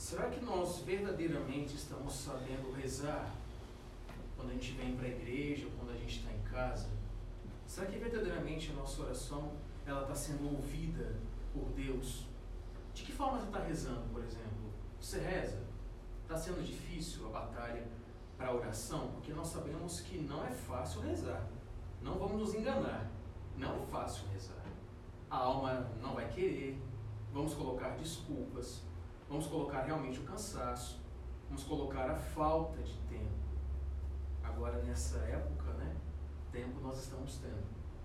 Será que nós verdadeiramente estamos sabendo rezar quando a gente vem para a igreja, quando a gente está em casa? Será que verdadeiramente a nossa oração ela está sendo ouvida por Deus? De que forma você está rezando, por exemplo? Você reza? Está sendo difícil a batalha para a oração? Porque nós sabemos que não é fácil rezar. Não vamos nos enganar. Não é fácil rezar. A alma não vai querer. Vamos colocar desculpas. Vamos colocar realmente o cansaço. Vamos colocar a falta de tempo. Agora, nessa época, tempo nós estamos tendo.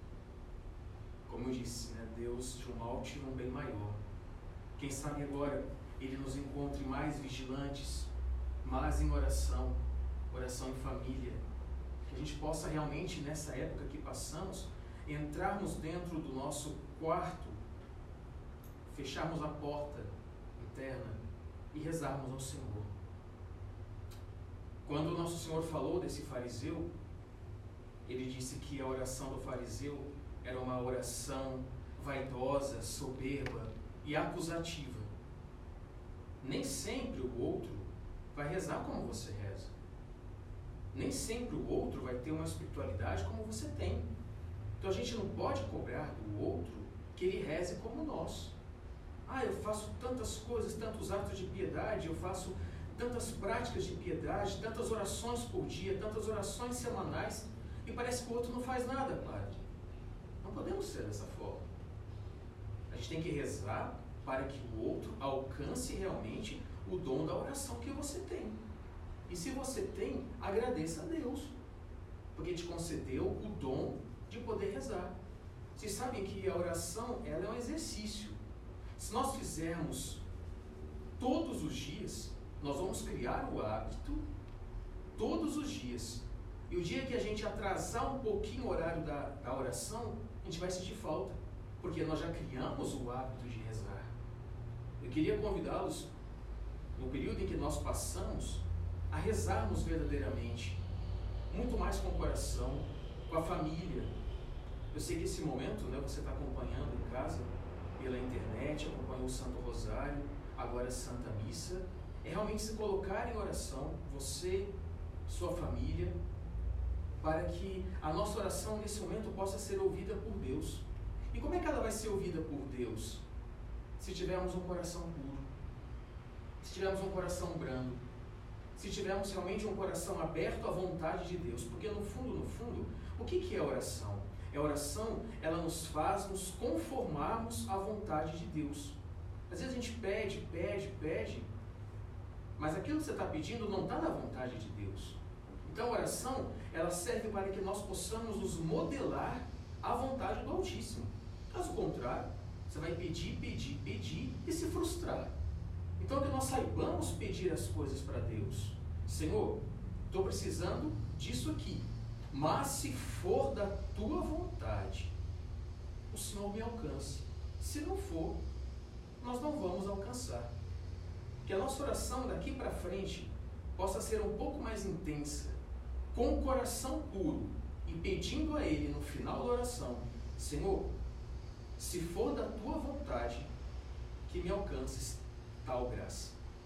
Como eu disse, Deus de um mal tira um bem maior. Quem sabe agora Ele nos encontre mais vigilantes, mais em oração, oração em família. Que a gente possa realmente, nessa época que passamos, entrarmos dentro do nosso quarto, fecharmos a porta interna e rezarmos ao Senhor. Quando o nosso Senhor falou desse fariseu, Ele disse que a oração do fariseu era uma oração vaidosa, soberba e acusativa. Nem sempre o outro vai rezar como você reza. Nem sempre o outro vai ter uma espiritualidade como você tem. Então a gente não pode cobrar do outro que ele reze como nós. Eu faço tantas coisas, tantos atos de piedade, eu faço tantas práticas de piedade, tantas orações por dia, tantas orações semanais, e parece que o outro não faz nada, padre. Não podemos ser dessa forma. A gente tem que rezar para que o outro alcance realmente o dom da oração que você tem. E se você tem, agradeça a Deus, porque te concedeu o dom de poder rezar. Vocês sabem que a oração ela é um exercício. Se nós fizermos todos os dias, nós vamos criar o hábito todos os dias. E o dia que a gente atrasar um pouquinho o horário da oração, a gente vai sentir falta, porque nós já criamos o hábito de rezar. Eu queria convidá-los, no período em que nós passamos, a rezarmos verdadeiramente, muito mais com o coração, com a família. Eu sei que esse momento, você está acompanhando em casa, pela internet, acompanhou o Santo Rosário, agora a Santa Missa, é realmente se colocar em oração, você, sua família, para que a nossa oração nesse momento possa ser ouvida por Deus. E como é que ela vai ser ouvida por Deus? Se tivermos um coração puro, se tivermos um coração brando, se tivermos realmente um coração aberto à vontade de Deus. Porque no fundo, o que é oração? A oração, ela nos faz nos conformarmos à vontade de Deus. Às vezes a gente pede, mas aquilo que você está pedindo não está na vontade de Deus. Então a oração, ela serve para que nós possamos nos modelar à vontade do Altíssimo. Caso contrário, você vai pedir e se frustrar. Então que nós saibamos pedir as coisas para Deus. Senhor, estou precisando disso aqui, mas se for da tua vontade, o Senhor me alcance. Se não for, nós não vamos alcançar. Que a nossa oração daqui para frente possa ser um pouco mais intensa, com o coração puro e pedindo a Ele no final da oração: Senhor, se for da tua vontade, que me alcances tal graça.